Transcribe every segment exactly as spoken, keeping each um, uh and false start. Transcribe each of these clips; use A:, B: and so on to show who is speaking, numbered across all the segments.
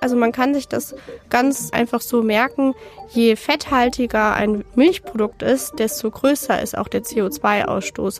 A: Also man kann sich das ganz einfach so merken, je fetthaltiger ein Milchprodukt ist, desto größer ist auch der C O zwei Ausstoß.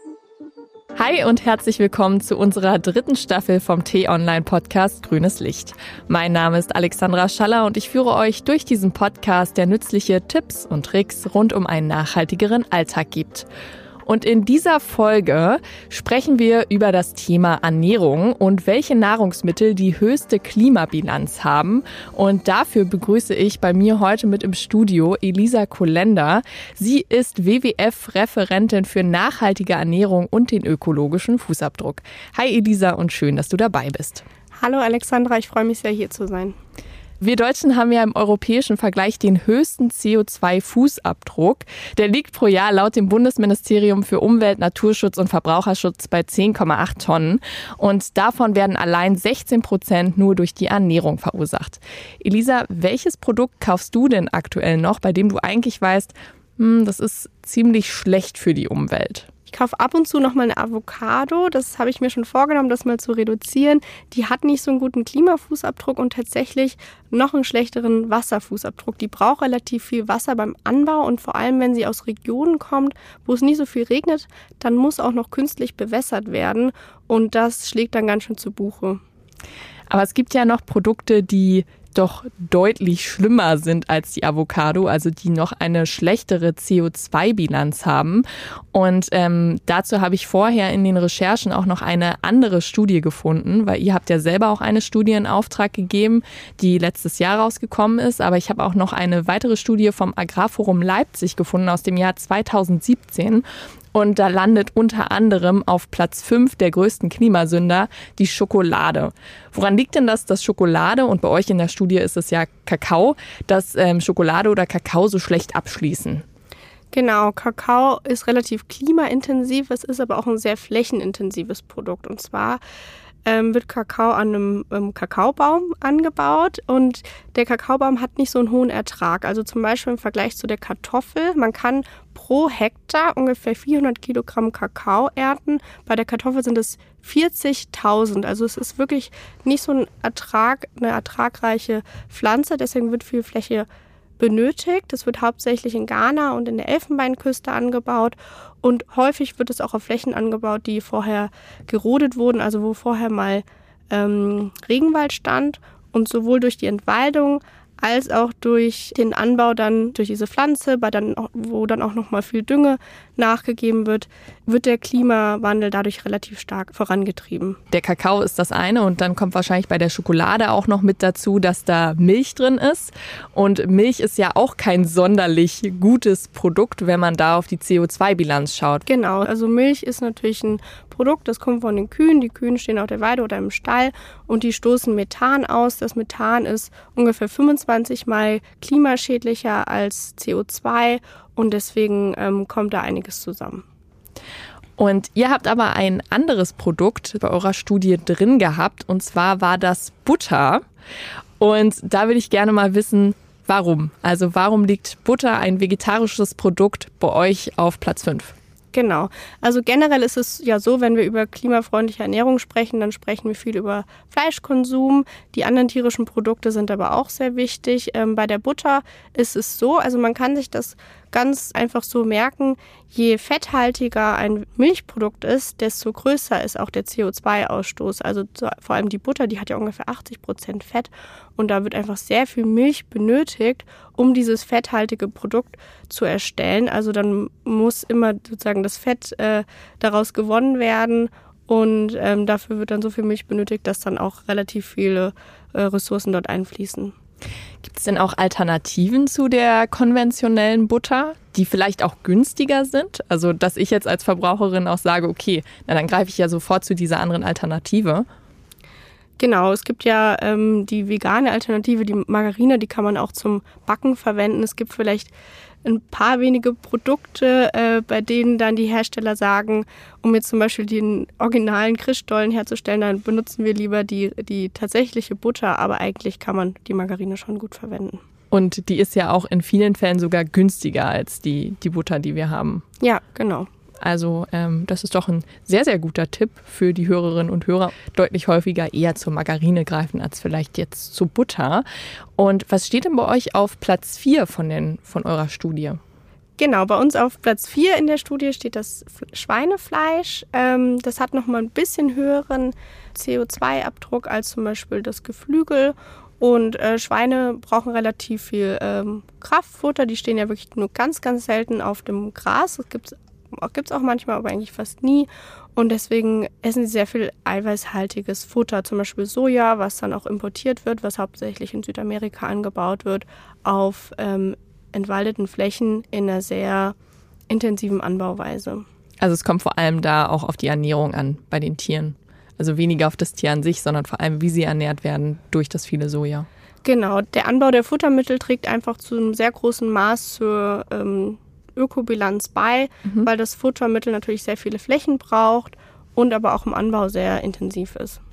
B: Hi und herzlich willkommen zu unserer dritten Staffel vom T-Online-Podcast Grünes Licht. Mein Name ist Alexandra Schaller und ich führe euch durch diesen Podcast, der nützliche Tipps und Tricks rund um einen nachhaltigeren Alltag gibt. Und in dieser Folge sprechen wir über das Thema Ernährung und welche Nahrungsmittel die höchste Klimabilanz haben. Und dafür begrüße ich bei mir heute mit im Studio Elisa Kolender. Sie ist W W F-Referentin für nachhaltige Ernährung und den ökologischen Fußabdruck. Hi Elisa und schön, dass du dabei bist.
A: Hallo Alexandra, ich freue mich sehr, hier zu sein.
B: Wir Deutschen haben ja im europäischen Vergleich den höchsten C O zwei Fußabdruck. Der liegt pro Jahr laut dem Bundesministerium für Umwelt, Naturschutz und Verbraucherschutz bei zehn Komma acht Tonnen. Und davon werden allein sechzehn Prozent nur durch die Ernährung verursacht. Elisa, welches Produkt kaufst du denn aktuell noch, bei dem du eigentlich weißt, hm, das ist ziemlich schlecht für die Umwelt?
A: Ich kaufe ab und zu noch mal eine Avocado. Das habe ich mir schon vorgenommen, das mal zu reduzieren. Die hat nicht so einen guten Klimafußabdruck und tatsächlich noch einen schlechteren Wasserfußabdruck. Die braucht relativ viel Wasser beim Anbau und vor allem, wenn sie aus Regionen kommt, wo es nicht so viel regnet, dann muss auch noch künstlich bewässert werden und das schlägt dann ganz schön zu Buche.
B: Aber es gibt ja noch Produkte, die doch deutlich schlimmer sind als die Avocado, also die noch eine schlechtere C O zwei Bilanz haben. Und ähm, dazu habe ich vorher in den Recherchen auch noch eine andere Studie gefunden, weil ihr habt ja selber auch eine Studie in Auftrag gegeben, die letztes Jahr rausgekommen ist. Aber ich habe auch noch eine weitere Studie vom Agrarforum Leipzig gefunden aus dem Jahr zweitausendsiebzehn. Und da landet unter anderem auf Platz fünf der größten Klimasünder die Schokolade. Woran liegt denn das, dass Schokolade, und bei euch in der Studie ist es ja Kakao, dass ähm, Schokolade oder Kakao so schlecht abschließen?
A: Genau, Kakao ist relativ klimaintensiv, es ist aber auch ein sehr flächenintensives Produkt. Und zwar ähm, wird Kakao an einem ähm, Kakaobaum angebaut und der Kakaobaum hat nicht so einen hohen Ertrag. Also zum Beispiel im Vergleich zu der Kartoffel, man kann pro Hektar ungefähr vierhundert Kilogramm Kakao ernten. Bei der Kartoffel sind es vierzigtausend. Also es ist wirklich nicht so ein Ertrag, eine ertragreiche Pflanze, deswegen wird viel Fläche benötigt. Das wird hauptsächlich in Ghana und in der Elfenbeinküste angebaut und häufig wird es auch auf Flächen angebaut, die vorher gerodet wurden, also wo vorher mal ähm, Regenwald stand und sowohl durch die Entwaldung als auch durch den Anbau dann durch diese Pflanze, bei dann, wo dann auch nochmal viel Dünge nachgegeben wird, wird der Klimawandel dadurch relativ stark vorangetrieben.
B: Der Kakao ist das eine und dann kommt wahrscheinlich bei der Schokolade auch noch mit dazu, dass da Milch drin ist. Und Milch ist ja auch kein sonderlich gutes Produkt, wenn man da auf die C O zwei Bilanz schaut.
A: Genau, also Milch ist natürlich ein Produkt, das kommt von den Kühen. Die Kühen stehen auf der Weide oder im Stall und die stoßen Methan aus. Das Methan ist ungefähr fünfundzwanzig Mal klimaschädlicher als C O zwei und deswegen ähm, kommt da einiges zusammen.
B: Und ihr habt aber ein anderes Produkt bei eurer Studie drin gehabt und zwar war das Butter. Und da will ich gerne mal wissen, warum? Also warum liegt Butter, ein vegetarisches Produkt, bei euch auf Platz fünf?
A: Genau. Also generell ist es ja so, wenn wir über klimafreundliche Ernährung sprechen, dann sprechen wir viel über Fleischkonsum. Die anderen tierischen Produkte sind aber auch sehr wichtig. Ähm, bei der Butter ist es so, also man kann sich das ganz einfach so merken, je fetthaltiger ein Milchprodukt ist, desto größer ist auch der C O zwei Ausstoß. Also vor allem die Butter, die hat ja ungefähr achtzig Prozent Fett und da wird einfach sehr viel Milch benötigt, um dieses fetthaltige Produkt zu erstellen. Also dann muss immer sozusagen das Fett äh, daraus gewonnen werden und ähm, dafür wird dann so viel Milch benötigt, dass dann auch relativ viele äh, Ressourcen dort einfließen.
B: Gibt es denn auch Alternativen zu der konventionellen Butter, die vielleicht auch günstiger sind? Also, dass ich jetzt als Verbraucherin auch sage, okay, na, dann greife ich ja sofort zu dieser anderen Alternative.
A: Genau, es gibt ja ähm, die vegane Alternative, die Margarine, die kann man auch zum Backen verwenden. Es gibt vielleicht ein paar wenige Produkte, äh, bei denen dann die Hersteller sagen, um jetzt zum Beispiel den originalen Christstollen herzustellen, dann benutzen wir lieber die, die tatsächliche Butter, aber eigentlich kann man die Margarine schon gut verwenden.
B: Und die ist ja auch in vielen Fällen sogar günstiger als die, die Butter, die wir haben.
A: Ja, genau.
B: Also ähm, das ist doch ein sehr, sehr guter Tipp für die Hörerinnen und Hörer. Deutlich häufiger eher zur Margarine greifen als vielleicht jetzt zu Butter. Und was steht denn bei euch auf Platz vier von, den, von eurer Studie?
A: Genau, bei uns auf Platz vier in der Studie steht das Schweinefleisch. Ähm, das hat nochmal ein bisschen höheren C O zwei Abdruck als zum Beispiel das Geflügel. Und äh, Schweine brauchen relativ viel ähm, Kraftfutter. Die stehen ja wirklich nur ganz, ganz selten auf dem Gras. Das gibt es auch manchmal, aber eigentlich fast nie. Und deswegen essen sie sehr viel eiweißhaltiges Futter, zum Beispiel Soja, was dann auch importiert wird, was hauptsächlich in Südamerika angebaut wird, auf ähm, entwaldeten Flächen in einer sehr intensiven Anbauweise.
B: Also es kommt vor allem da auch auf die Ernährung an bei den Tieren. Also weniger auf das Tier an sich, sondern vor allem, wie sie ernährt werden durch das viele Soja.
A: Genau, der Anbau der Futtermittel trägt einfach zu einem sehr großen Maß zur ähm, Ökobilanz bei, mhm. weil das Futtermittel natürlich sehr viele Flächen braucht und aber auch im Anbau sehr intensiv ist.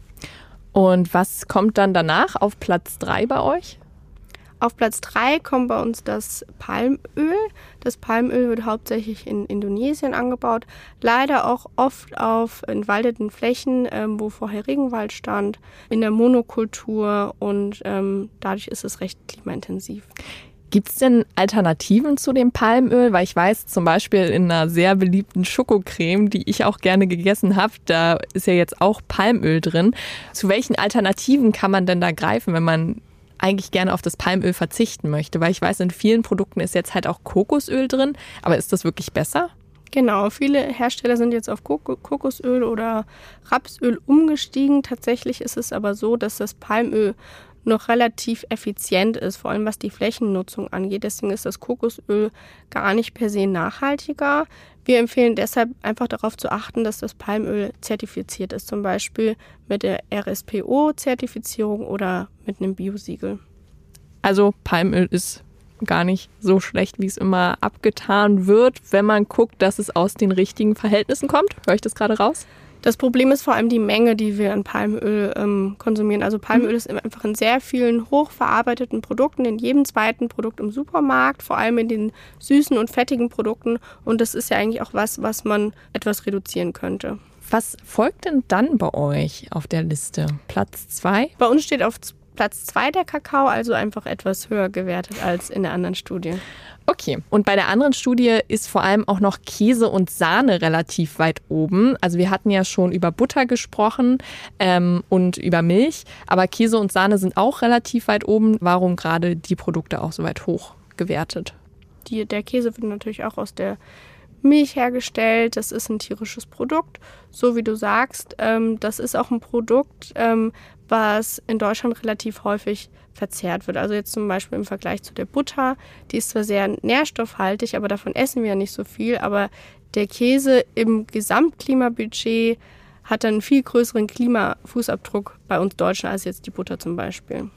B: Und was kommt dann danach auf Platz drei bei euch?
A: Auf Platz drei kommt bei uns das Palmöl. Das Palmöl wird hauptsächlich in Indonesien angebaut. Leider auch oft auf entwaldeten Flächen, ähm, wo vorher Regenwald stand, in der Monokultur und ähm, dadurch ist es recht klimaintensiv.
B: Gibt es denn Alternativen zu dem Palmöl? Weil ich weiß, zum Beispiel in einer sehr beliebten Schokocreme, die ich auch gerne gegessen habe, da ist ja jetzt auch Palmöl drin. Zu welchen Alternativen kann man denn da greifen, wenn man eigentlich gerne auf das Palmöl verzichten möchte? Weil ich weiß, in vielen Produkten ist jetzt halt auch Kokosöl drin. Aber ist das wirklich besser?
A: Genau, viele Hersteller sind jetzt auf Kok- Kokosöl oder Rapsöl umgestiegen. Tatsächlich ist es aber so, dass das Palmöl noch relativ effizient ist, vor allem was die Flächennutzung angeht. Deswegen ist das Kokosöl gar nicht per se nachhaltiger. Wir empfehlen deshalb einfach darauf zu achten, dass das Palmöl zertifiziert ist, zum Beispiel mit der R S P O-Zertifizierung oder mit einem Biosiegel.
B: Also Palmöl ist gar nicht so schlecht, wie es immer abgetan wird, wenn man guckt, dass es aus den richtigen Verhältnissen kommt. Höre ich das gerade raus?
A: Das Problem ist vor allem die Menge, die wir an Palmöl ähm, konsumieren. Also Palmöl mhm. ist einfach in sehr vielen hochverarbeiteten Produkten, in jedem zweiten Produkt im Supermarkt, vor allem in den süßen und fettigen Produkten. Und das ist ja eigentlich auch was, was man etwas reduzieren könnte.
B: Was folgt denn dann bei euch auf der Liste? Platz zwei?
A: Bei uns steht auf Platz zwei der Kakao, also einfach etwas höher gewertet als in der anderen Studie.
B: Okay, und bei der anderen Studie ist vor allem auch noch Käse und Sahne relativ weit oben. Also wir hatten ja schon über Butter gesprochen ähm, und über Milch, aber Käse und Sahne sind auch relativ weit oben. Warum gerade die Produkte auch so weit hoch gewertet?
A: Die, der Käse wird natürlich auch aus der Milch hergestellt. Das ist ein tierisches Produkt, so wie du sagst. Ähm, das ist auch ein Produkt, ähm, was in Deutschland relativ häufig verzehrt wird. Also jetzt zum Beispiel im Vergleich zu der Butter. Die ist zwar sehr nährstoffhaltig, aber davon essen wir ja nicht so viel. Aber der Käse im Gesamtklimabudget hat dann einen viel größeren Klimafußabdruck bei uns Deutschen als jetzt die Butter zum Beispiel.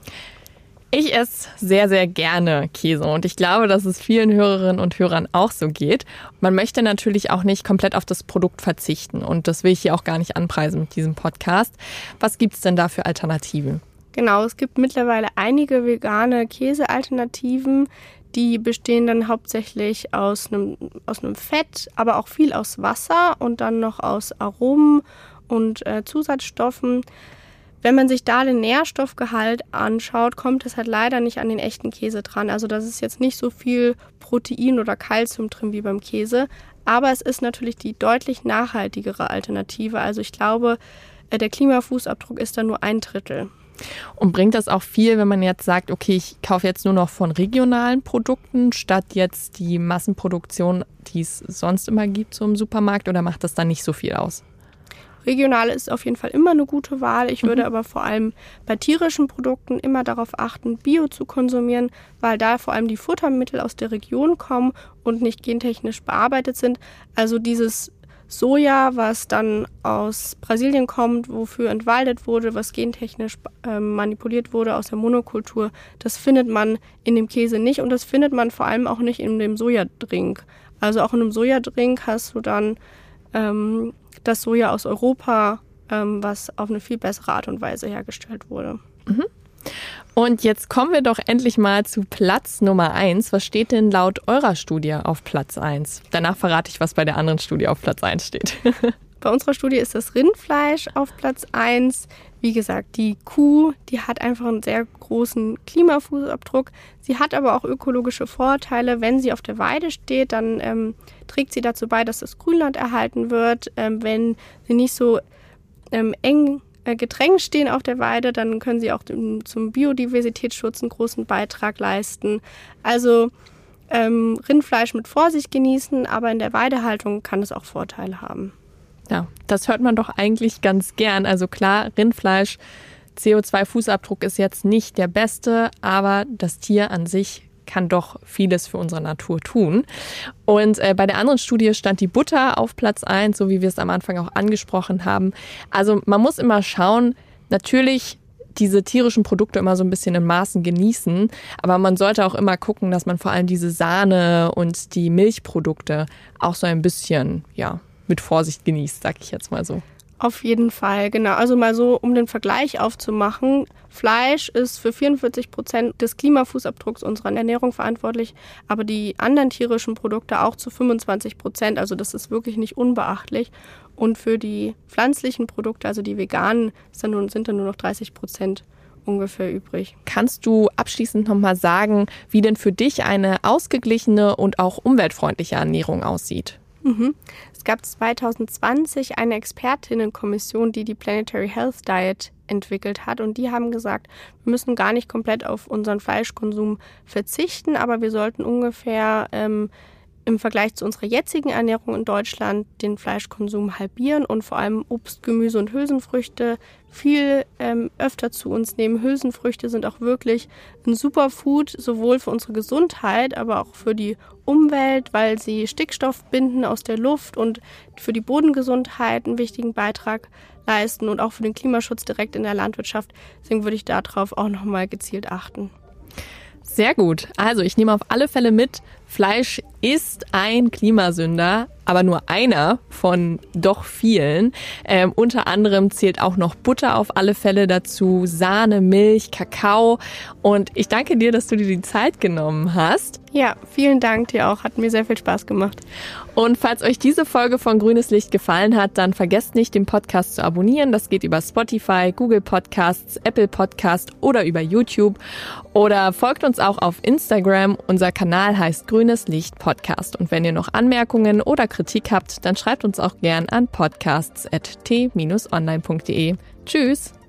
B: Ich esse sehr, sehr gerne Käse und ich glaube, dass es vielen Hörerinnen und Hörern auch so geht. Man möchte natürlich auch nicht komplett auf das Produkt verzichten und das will ich hier auch gar nicht anpreisen mit diesem Podcast. Was gibt es denn da für Alternativen?
A: Genau, es gibt mittlerweile einige vegane Käsealternativen, die bestehen dann hauptsächlich aus einem, aus einem Fett, aber auch viel aus Wasser und dann noch aus Aromen und äh, Zusatzstoffen. Wenn man sich da den Nährstoffgehalt anschaut, kommt es halt leider nicht an den echten Käse dran. Also das ist jetzt nicht so viel Protein oder Kalzium drin wie beim Käse. Aber es ist natürlich die deutlich nachhaltigere Alternative. Also ich glaube, der Klimafußabdruck ist da nur ein Drittel.
B: Und bringt das auch viel, wenn man jetzt sagt, okay, ich kaufe jetzt nur noch von regionalen Produkten, statt jetzt die Massenproduktion, die es sonst immer gibt so im Supermarkt, oder macht das dann nicht so viel aus?
A: Regional ist auf jeden Fall immer eine gute Wahl. Ich würde
B: mhm.
A: aber vor allem bei tierischen Produkten immer darauf achten, Bio zu konsumieren, weil da vor allem die Futtermittel aus der Region kommen und nicht gentechnisch bearbeitet sind. Also dieses Soja, was dann aus Brasilien kommt, wofür entwaldet wurde, was gentechnisch äh, manipuliert wurde aus der Monokultur, das findet man in dem Käse nicht und das findet man vor allem auch nicht in dem Sojadrink. Also auch in einem Sojadrink hast du dann ähm, das Soja aus Europa, ähm, was auf eine viel bessere Art und Weise hergestellt wurde.
B: Mhm. Und jetzt kommen wir doch endlich mal zu Platz Nummer eins. Was steht denn laut eurer Studie auf Platz eins? Danach verrate ich, was bei der anderen Studie auf Platz eins steht.
A: Bei unserer Studie ist das Rindfleisch auf Platz eins. Wie gesagt, die Kuh, die hat einfach einen sehr großen Klimafußabdruck. Sie hat aber auch ökologische Vorteile. Wenn sie auf der Weide steht, dann ähm, trägt sie dazu bei, dass das Grünland erhalten wird. Ähm, wenn sie nicht so ähm, eng gedrängt stehen auf der Weide, dann können sie auch zum Biodiversitätsschutz einen großen Beitrag leisten. Also ähm, Rindfleisch mit Vorsicht genießen, aber in der Weidehaltung kann es auch Vorteile haben.
B: Ja, das hört man doch eigentlich ganz gern. Also klar, Rindfleisch, C O zwei Fußabdruck ist jetzt nicht der beste, aber das Tier an sich kann doch vieles für unsere Natur tun. Und äh, bei der anderen Studie stand die Butter auf Platz eins, so wie wir es am Anfang auch angesprochen haben. Also man muss immer schauen, natürlich diese tierischen Produkte immer so ein bisschen in Maßen genießen, aber man sollte auch immer gucken, dass man vor allem diese Sahne und die Milchprodukte auch so ein bisschen, ja, mit Vorsicht genießt, sag ich jetzt mal so.
A: Auf jeden Fall, genau. Also mal so, um den Vergleich aufzumachen. Fleisch ist für vierundvierzig Prozent des Klimafußabdrucks unserer Ernährung verantwortlich, aber die anderen tierischen Produkte auch zu fünfundzwanzig Prozent. Also das ist wirklich nicht unbeachtlich. Und für die pflanzlichen Produkte, also die veganen, ist dann nur, sind dann nur noch dreißig Prozent ungefähr übrig.
B: Kannst du abschließend nochmal sagen, wie denn für dich eine ausgeglichene und auch umweltfreundliche Ernährung aussieht?
A: Mhm. Es gab zwanzig zwanzig eine Expertinnenkommission, die die Planetary Health Diet entwickelt hat. Und die haben gesagt, wir müssen gar nicht komplett auf unseren Fleischkonsum verzichten, aber wir sollten ungefähr ähm, im Vergleich zu unserer jetzigen Ernährung in Deutschland den Fleischkonsum halbieren und vor allem Obst, Gemüse und Hülsenfrüchte viel ähm, öfter zu uns nehmen. Hülsenfrüchte sind auch wirklich ein Superfood, sowohl für unsere Gesundheit, aber auch für die Umwelt, weil sie Stickstoff binden aus der Luft und für die Bodengesundheit einen wichtigen Beitrag leisten und auch für den Klimaschutz direkt in der Landwirtschaft. Deswegen würde ich darauf auch nochmal gezielt achten.
B: Sehr gut. Also ich nehme auf alle Fälle mit, Fleisch ist ein Klimasünder, aber nur einer von doch vielen. Ähm, unter anderem zählt auch noch Butter auf alle Fälle dazu, Sahne, Milch, Kakao. Und ich danke dir, dass du dir die Zeit genommen hast.
A: Ja, vielen Dank dir auch. Hat mir sehr viel Spaß gemacht.
B: Und falls euch diese Folge von Grünes Licht gefallen hat, dann vergesst nicht, den Podcast zu abonnieren. Das geht über Spotify, Google Podcasts, Apple Podcast oder über YouTube. Oder folgt uns auch auf Instagram. Unser Kanal heißt Grünes Licht Podcast. Und wenn ihr noch Anmerkungen oder Kritik habt, dann schreibt uns auch gern an podcasts at t dash online punkt de. Tschüss!